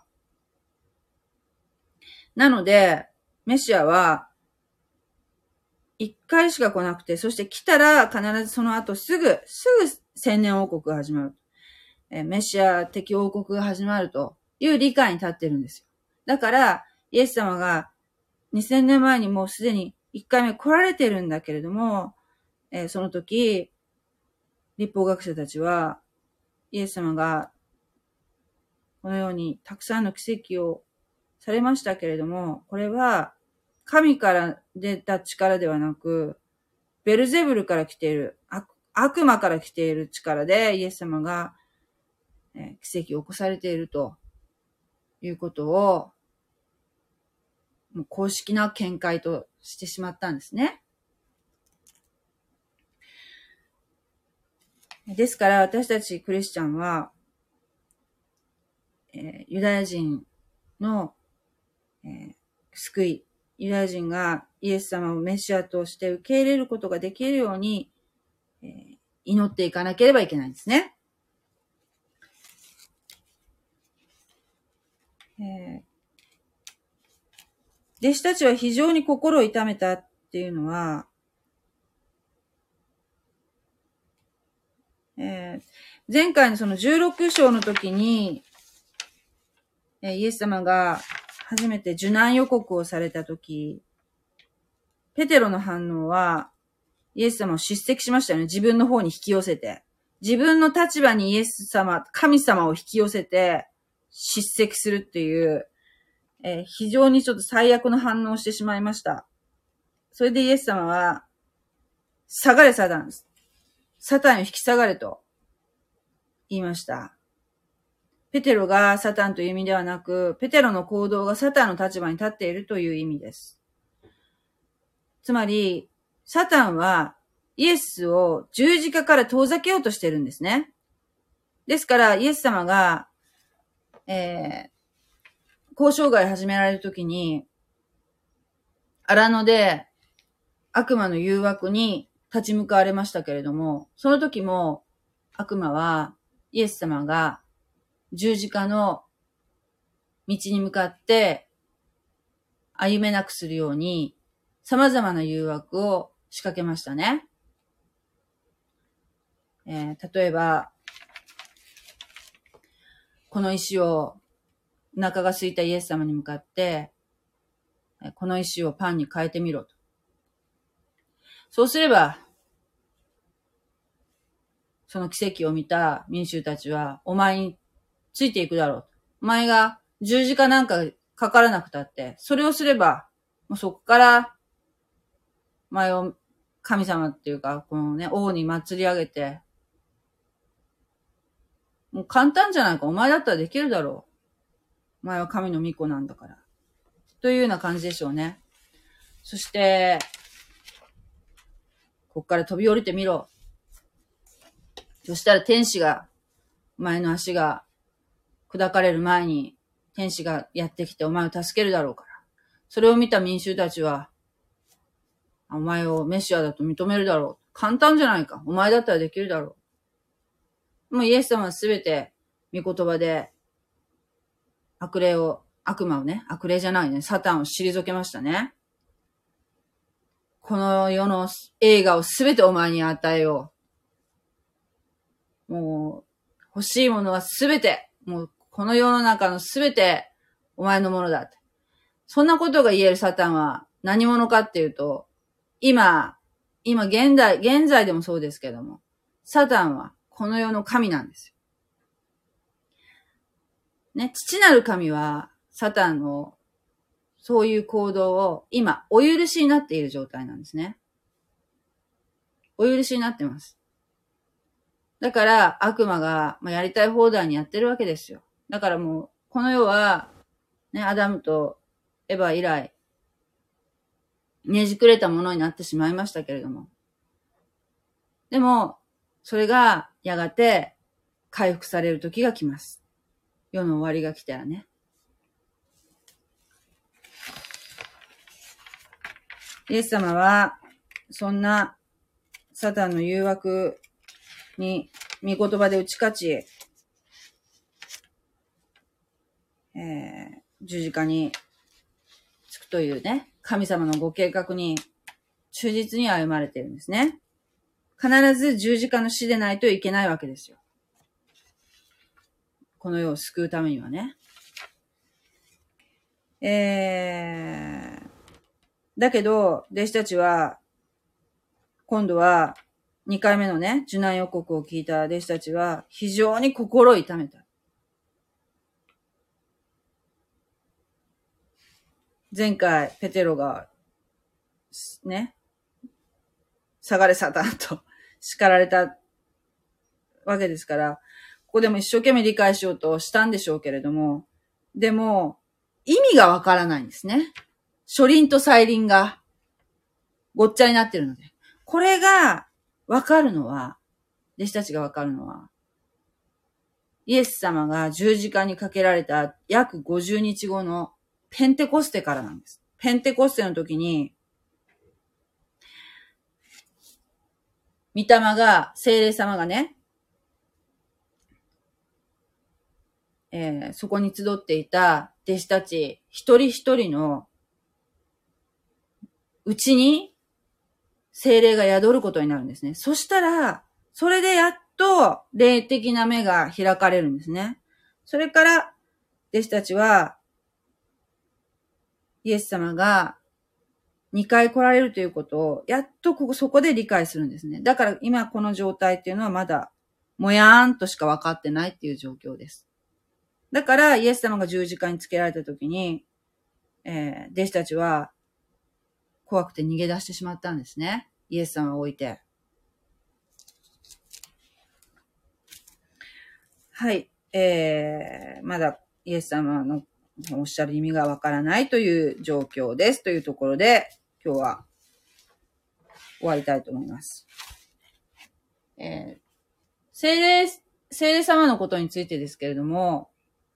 なので、メシアは一回しか来なくて、そして来たら必ずその後すぐ、すぐ千年王国が始まる。えメシア的王国が始まるという理解に立ってるんですよ。だから、イエス様がにせんねんまえにもうすでにいっかいめ来られてるんだけれども、えー、その時、律法学者たちは、イエス様がこのようにたくさんの奇跡をされましたけれども、これは神から出た力ではなく、ベルゼブルから来ている、悪, 悪魔から来ている力でイエス様が、えー、奇跡を起こされているということを、もう公式な見解としてしまったんですね。ですから私たちクリスチャンは、えー、ユダヤ人の、えー、救い、ユダヤ人がイエス様をメシアとして受け入れることができるように、えー、祈っていかなければいけないんですね。えー、弟子たちは非常に心を痛めたっていうのは、えー、前回のそのじゅうろく章の時に、えー、イエス様が初めて受難予告をされた時、ペテロの反応は、イエス様を叱責しましたよね。自分の方に引き寄せて。自分の立場にイエス様、神様を引き寄せて、叱責するっていう、えー、非常にちょっと最悪の反応をしてしまいました。それでイエス様は、下がれサタン。サタンを引き下がれと言いました。ペテロがサタンという意味ではなく、ペテロの行動がサタンの立場に立っているという意味です。つまり、サタンはイエスを十字架から遠ざけようとしているんですね。ですから、イエス様が、えー、交渉外始められるときに、荒野で悪魔の誘惑に立ち向かわれましたけれども、その時も悪魔はイエス様が十字架の道に向かって歩めなくするように様々な誘惑を仕掛けましたね。えー、例えば、この石をお腹が空いたイエス様に向かって、この石をパンに変えてみろと。そうすれば、その奇跡を見た民衆たちはお前についていくだろうと。お前が十字架なんかかからなくたって、それをすれば、もうそこから、お前を神様っていうか、このね、王に祭り上げて、もう簡単じゃないか。お前だったらできるだろう。お前は神の御子なんだから。というような感じでしょうね。そして、ここから飛び降りてみろ。そしたら天使が、お前の足が砕かれる前に、天使がやってきてお前を助けるだろうから。それを見た民衆たちは、お前をメシアだと認めるだろう。簡単じゃないか。お前だったらできるだろう。もうイエス様はすべて、御言葉で、悪霊を、悪魔をね、悪霊じゃないね、サタンを退けましたね。この世の映画をすべてお前に与えよう。もう、欲しいものはすべて、もう、この世の中のすべて、お前のものだって。そんなことが言えるサタンは何者かっていうと、今、今現代、現在でもそうですけども、サタンはこの世の神なんですよ。ね、父なる神は、サタンの、そういう行動を今、お許しになっている状態なんですね。お許しになってます。だから、悪魔が、まあ、やりたい放題にやってるわけですよ。だからもう、この世は、 ね、アダムとエヴァ以来、ねじくれたものになってしまいましたけれども。でも、それがやがて回復される時が来ます。世の終わりが来たらね。イエス様は、そんなサタンの誘惑に御言葉で打ち勝ち、えー、十字架につくというね、神様のご計画に忠実に歩まれているんですね。必ず十字架の死でないといけないわけですよ。この世を救うためにはね。えー、だけど、弟子たちは、今度は、にかいめのね、受難予告を聞いた弟子たちは、非常に心を痛めた。前回、ペテロが、ね、下がれサタンと叱られたわけですから、ここでも一生懸命理解しようとしたんでしょうけれども、でも、意味がわからないんですね。初輪と再輪がごっちゃになってるので。これがわかるのは、弟子たちがわかるのは、イエス様が十字架にかけられた約ごじゅうにちごのペンテコステからなんです。ペンテコステの時に、御霊が、聖霊様がね、えー、そこに集っていた弟子たち一人一人のうちに聖霊が宿ることになるんですね。そしたら、それでやっと霊的な目が開かれるんですね。それから弟子たちはイエス様がにかい来られるということをやっとここそこで理解するんですね。だから今この状態っていうのはまだもやーんとしか分かってないっていう状況です。だから、イエス様が十字架につけられたときに、えー、弟子たちは怖くて逃げ出してしまったんですね。イエス様を置いて。はい。えー、まだイエス様のおっしゃる意味がわからないという状況です。というところで、今日は終わりたいと思います。えー、聖霊、聖霊様のことについてですけれども、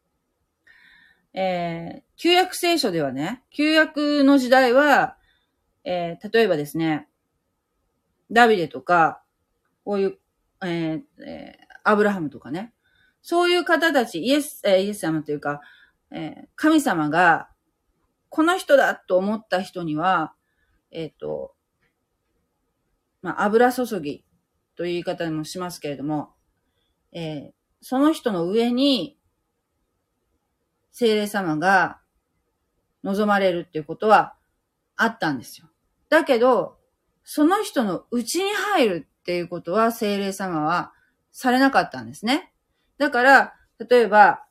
えー、旧約聖書ではね、旧約の時代は、えー、例えばですね、ダビデとか、こういう、えーえー、アブラハムとかね、そういう方たち、イエス、えー、イエス様というか、えー、神様が、この人だと思った人には、えっと、まあ、油注ぎという言い方もしますけれども、えー、その人の上に、聖霊様が望まれるっていうことはあったんですよ。だけど、その人の内に入るっていうことは聖霊様はされなかったんですね。だから、例えば、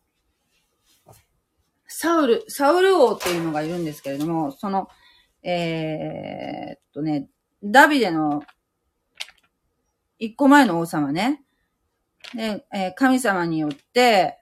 サウル、サウル王っていうのがいるんですけれども、その、えー、っとね、ダビデの一個前の王様ね。で、えー、神様によって、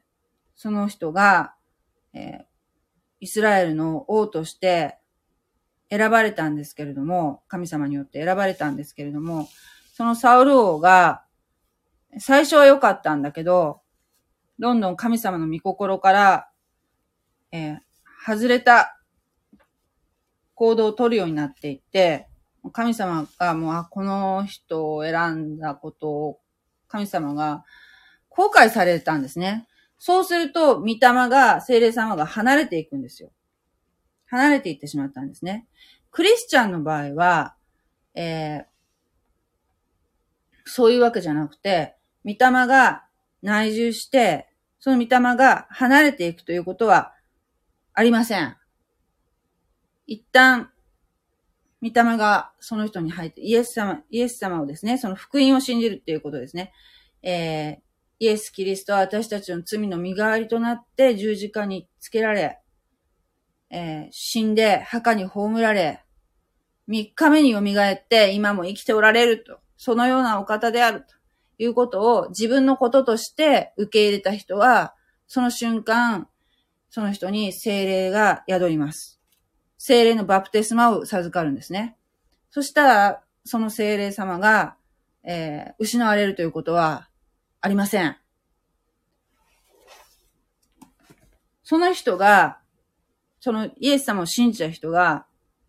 その人が、えー、イスラエルの王として選ばれたんですけれども、神様によって選ばれたんですけれども、そのサウル王が、最初は良かったんだけど、どんどん神様の御心から、えー、外れた行動を取るようになっていって、神様がもう、あ、この人を選んだことを、神様が後悔されたんですね。そうすると、御霊が、聖霊様が離れていくんですよ。離れていってしまったんですね。クリスチャンの場合は、えー、そういうわけじゃなくて、御霊が内住して、その御霊が離れていくということはありません。一旦、御霊がその人に入って、イエス様、イエス様をですね、その福音を信じるっていうことですね。えー、イエス・キリストは私たちの罪の身代わりとなって十字架につけられ、えー、死んで墓に葬られ、三日目に蘇って今も生きておられると、そのようなお方であるということを自分のこととして受け入れた人は、その瞬間、 その人に聖霊が宿ります。聖霊のバプテスマを授かるんですね。そしたら、その聖霊様が、えー、失われるということはありません。その人が、そのイエス様を信じた人が、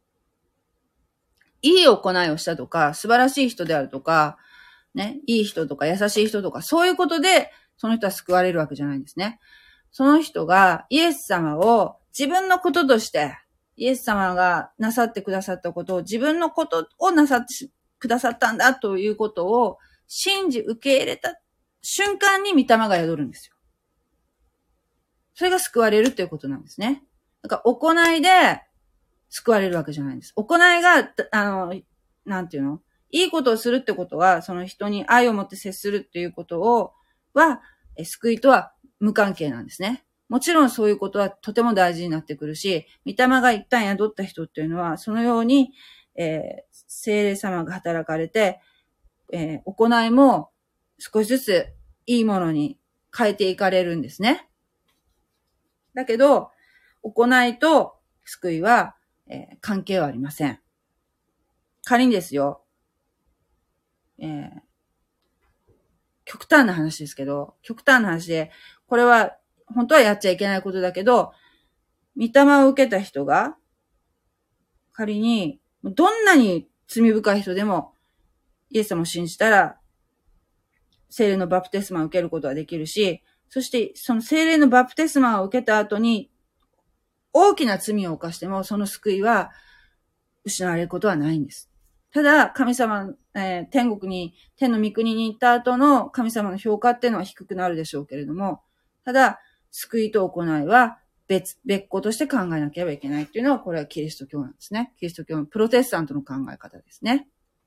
いい行いをしたとか、素晴らしい人であるとか、ね、いい人とか優しい人とか、そういうことで、その人は救われるわけじゃないんですね。その人がイエス様を自分のこととして、イエス様がなさってくださったことを自分のことをなさってくださったんだということを信じ受け入れた瞬間に御霊が宿るんですよ。それが救われるっていうことなんですね。だから行いで救われるわけじゃないんです。行いが、あの、なんていうの？いいことをするってことは、その人に愛を持って接するっていうことを、は、救いとは無関係なんですね。もちろんそういうことはとても大事になってくるし、御霊が一旦宿った人っていうのは、そのように、えー、聖霊様が働かれて、えー、行いも少しずついいものに変えていかれるんですね。だけど、行いと救いは、えー、関係はありません。仮にですよ、えー、極端な話ですけど、極端な話で、これは本当はやっちゃいけないことだけど、御霊を受けた人が、仮に、どんなに罪深い人でも、イエス様を信じたら、聖霊のバプテスマを受けることができるし、そしてその聖霊のバプテスマを受けた後に、大きな罪を犯しても、その救いは失われることはないんです。ただ、神様、えー、天国に、天の御国に行った後の神様の評価っていうのは低くなるでしょうけれども、ただ、救いと行いは別、別個として考えなければいけないっていうのは、これはキリスト教なんですね。キリスト教のプロテスタントの考え方ですね。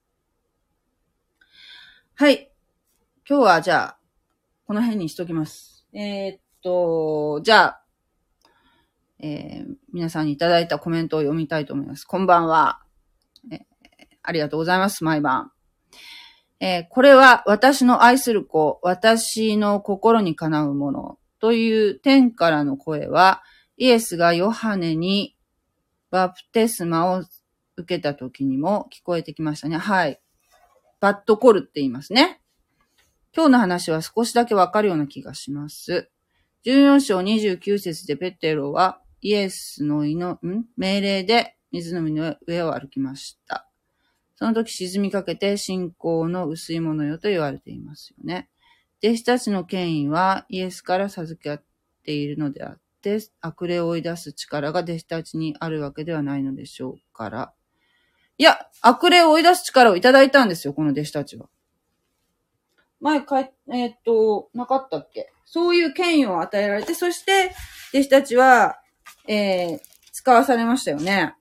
はい。今日はじゃあ、この辺にしときます。えー、っと、じゃあ、えー、皆さんにいただいたコメントを読みたいと思います。こんばんは。えー、ありがとうございます。毎晩。えー、これは私の愛する子、私の心にかなうものという天からの声は、イエスがヨハネにバプテスマを受けた時にも聞こえてきましたね。はい。バットコルって言いますね。今日の話は少しだけわかるような気がします。じゅうよん章にじゅうきゅう節でペテロはイエスのいのん命令で湖の上を歩きました。その時沈みかけて信仰の薄いものよと言われていますよね。弟子たちの権威はイエスから授け合っているのであって、悪霊を追い出す力が弟子たちにあるわけではないのでしょうから。いや、悪霊を追い出す力をいただいたんですよ、この弟子たちは。前かえ、えー、っと、なかったっけ？そういう権威を与えられて、そして、弟子たちは、えー、使わされましたよね。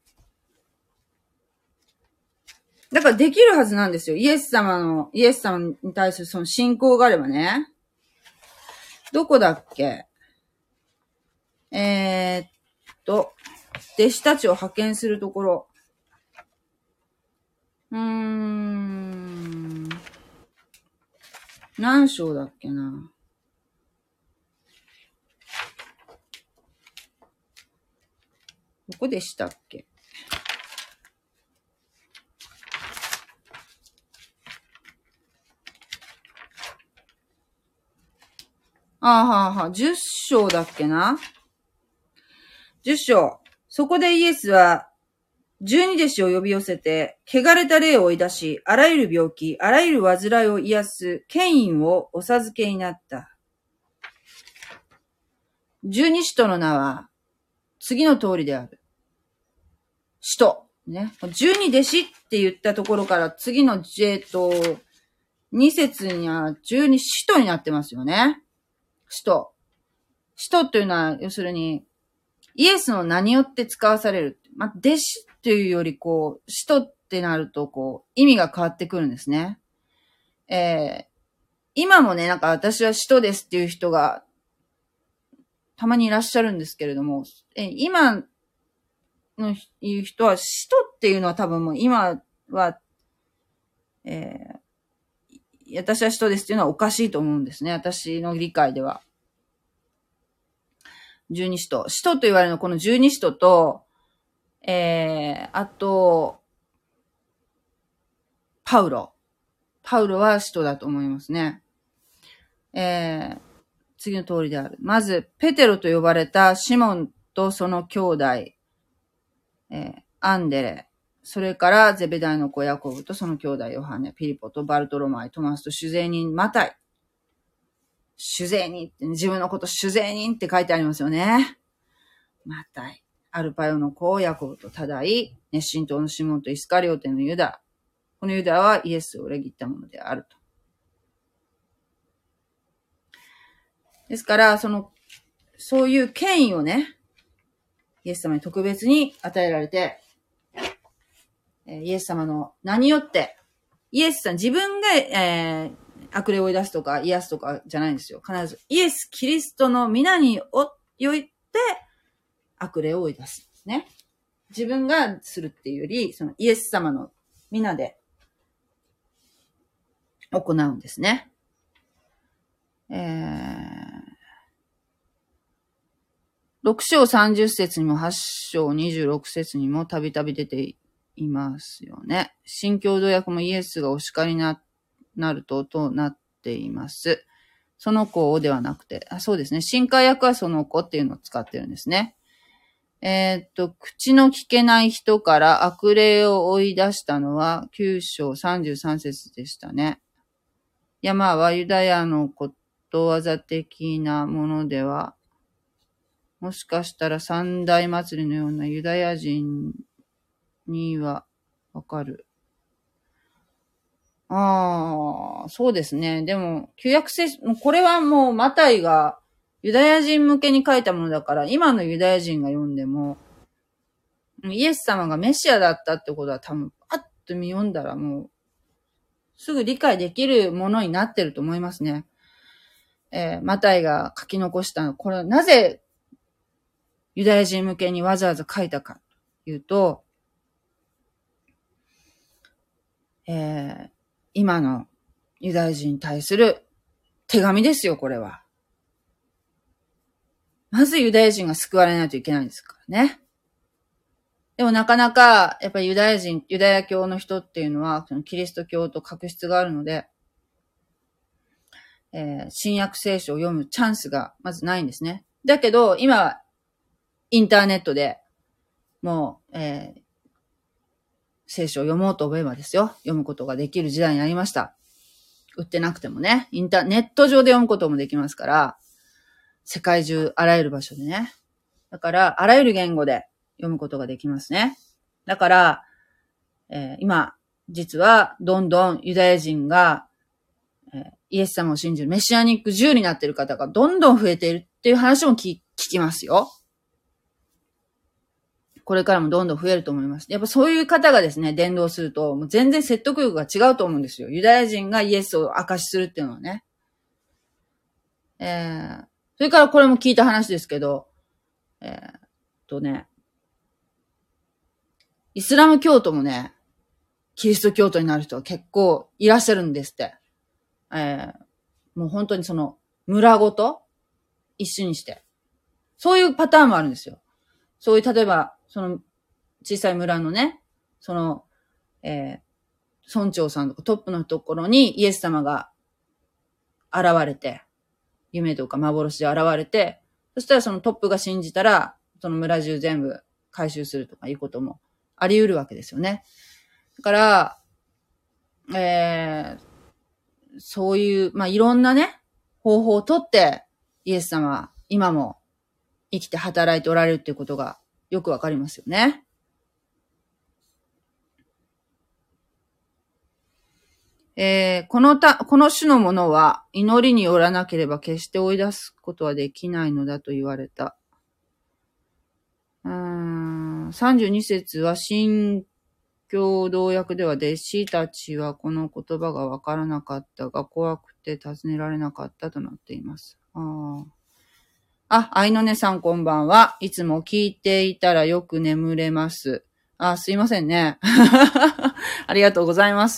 だからできるはずなんですよ。イエス様の、イエス様に対するその信仰があればね。どこだっけ？えー、っと、弟子たちを派遣するところ。うーん。何章だっけな。どこでしたっけ？ああはあはあ、十章だっけな？十章。そこでイエスは、十二弟子を呼び寄せて、汚れた霊を追い出し、あらゆる病気、あらゆる患いを癒す権威をお授けになった。十二使徒の名は、次の通りである。使徒。ね。十二弟子って言ったところから、次の、えっと、二節には十二使徒になってますよね。使徒。使徒というのは、要するに、イエスの名によって使わされる。まあ、弟子というより、こう、使徒ってなると、こう、意味が変わってくるんですね。えー、今もね、なんか私は使徒ですっていう人が、たまにいらっしゃるんですけれども、えー、今のいう人は、使徒っていうのは多分もう今は、えー、私は使徒ですっていうのはおかしいと思うんですね。私の理解では。 十二使徒。使徒と言われるのはこの十二使徒と、えー、あと、パウロ。パウロは使徒だと思いますね。えー、次の通りである。まず、ペテロと呼ばれたシモンとその兄弟、えー、アンデレ、それからゼベダイの子ヤコブとその兄弟ヨハネ、ピリポとバルトロマイ、トマスと酒税人マタイ。酒税人って、自分のこと酒税人って書いてありますよね。マタイ。アルパヨの子ヤコブとタダイ、熱心党のシモンとイスカリオテのユダ。このユダはイエスを裏切ったものであると。ですから、その、そういう権威をね、イエス様に特別に与えられて、イエス様の名によって、イエスさん、自分が、えー、悪霊を追い出すとか癒すとかじゃないんですよ。必ず、イエス・キリストの皆によって悪霊を追い出すんですね。自分がするっていうより、そのイエス様の皆で行うんですね。えー、ろく章さんじゅっ節にもはち章にじゅうろく節にもたびたび出ていますよね。新共同訳もイエスがお叱りに な, なるととなっています。その子をではなくて、あ、そうですね。新海訳はその子っていうのを使ってるんですね。えー、っと、口の聞けない人から悪霊を追い出したのはきゅう章さんじゅうさん節でしたね。山はユダヤのことわざ的なものでは、もしかしたら三大祭りのようなユダヤ人にはわかる。ああ、そうですね。でも、旧約聖書、これはもうマタイがユダヤ人向けに書いたものだから、今のユダヤ人が読んでも、イエス様がメシアだったってことは多分、パッと見読んだらもう、すぐ理解できるものになってると思いますね。えー、マタイが書き残したの、これはなぜユダヤ人向けにわざわざ書いたかというと、えー、今のユダヤ人に対する手紙ですよ、これは。まずユダヤ人が救われないといけないんですからね。でもなかなか、やっぱりユダヤ人、ユダヤ教の人っていうのは、そのキリスト教と確執があるので、えー、新約聖書を読むチャンスがまずないんですね。だけど、今、インターネットでもう、えー、聖書を読もうと思えばですよ、読むことができる時代になりました。売ってなくてもね、インターネット上で読むこともできますから、世界中あらゆる場所でね。だから、あらゆる言語で読むことができますね。だから、えー、今、実はどんどんユダヤ人が、えー、イエス様を信じるメシアニックジューになっている方がどんどん増えているっていう話も聞、聞きますよ。これからもどんどん増えると思います。やっぱそういう方がですね、伝道すると、もう全然説得力が違うと思うんですよ。ユダヤ人がイエスを証しするっていうのはね。えー、それからこれも聞いた話ですけど、えー、とね、イスラム教徒もね、キリスト教徒になる人は結構いらっしゃるんですって。えー、もう本当にその村ごと一緒にして。そういうパターンもあるんですよ。そういう、例えば、その小さい村のね、その、えー、村長さんとかトップのところにイエス様が現れて、夢とか幻で現れて、そしたらそのトップが信じたら、その村中全部回収するとかいうこともあり得るわけですよね。だから、えー、そういう、まあ、いろんなね、方法をとって、イエス様は今も生きて働いておられるっていうことがよくわかりますよね。えー、このた、この種のものは祈りによらなければ決して追い出すことはできないのだと言われた。うーん、さんじゅうに節は新共同訳では弟子たちはこの言葉がわからなかったが怖くて尋ねられなかったとなっています。ああ、あいのねさんこんばんは。いつも聞いていたらよく眠れます。あ、すいませんね。ありがとうございます。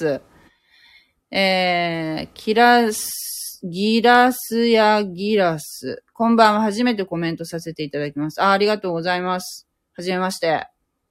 えー、キラス、ギラスやギラス。 こんばんは。初めてコメントさせていただきます。あ、ありがとうございます。はじめまして。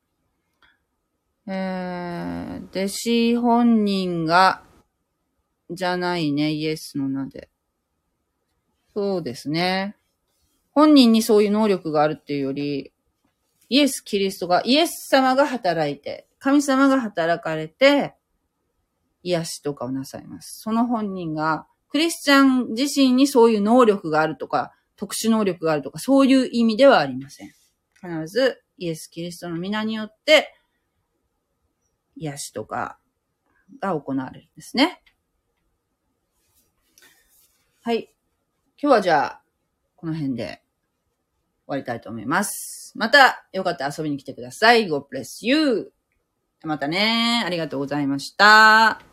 えー、弟子本人が、じゃないね。イエスの名で。そうですね。本人にそういう能力があるっていうより、イエス・キリストが、イエス様が働いて、神様が働かれて、癒しとかをなさいます。その本人が、クリスチャン自身にそういう能力があるとか、特殊能力があるとか、そういう意味ではありません。必ず、イエス・キリストの皆によって、癒しとかが行われるんですね。はい。今日はじゃあ、この辺で終わりたいと思います。また、よかったら遊びに来てください。God bless you! またね。ありがとうございました。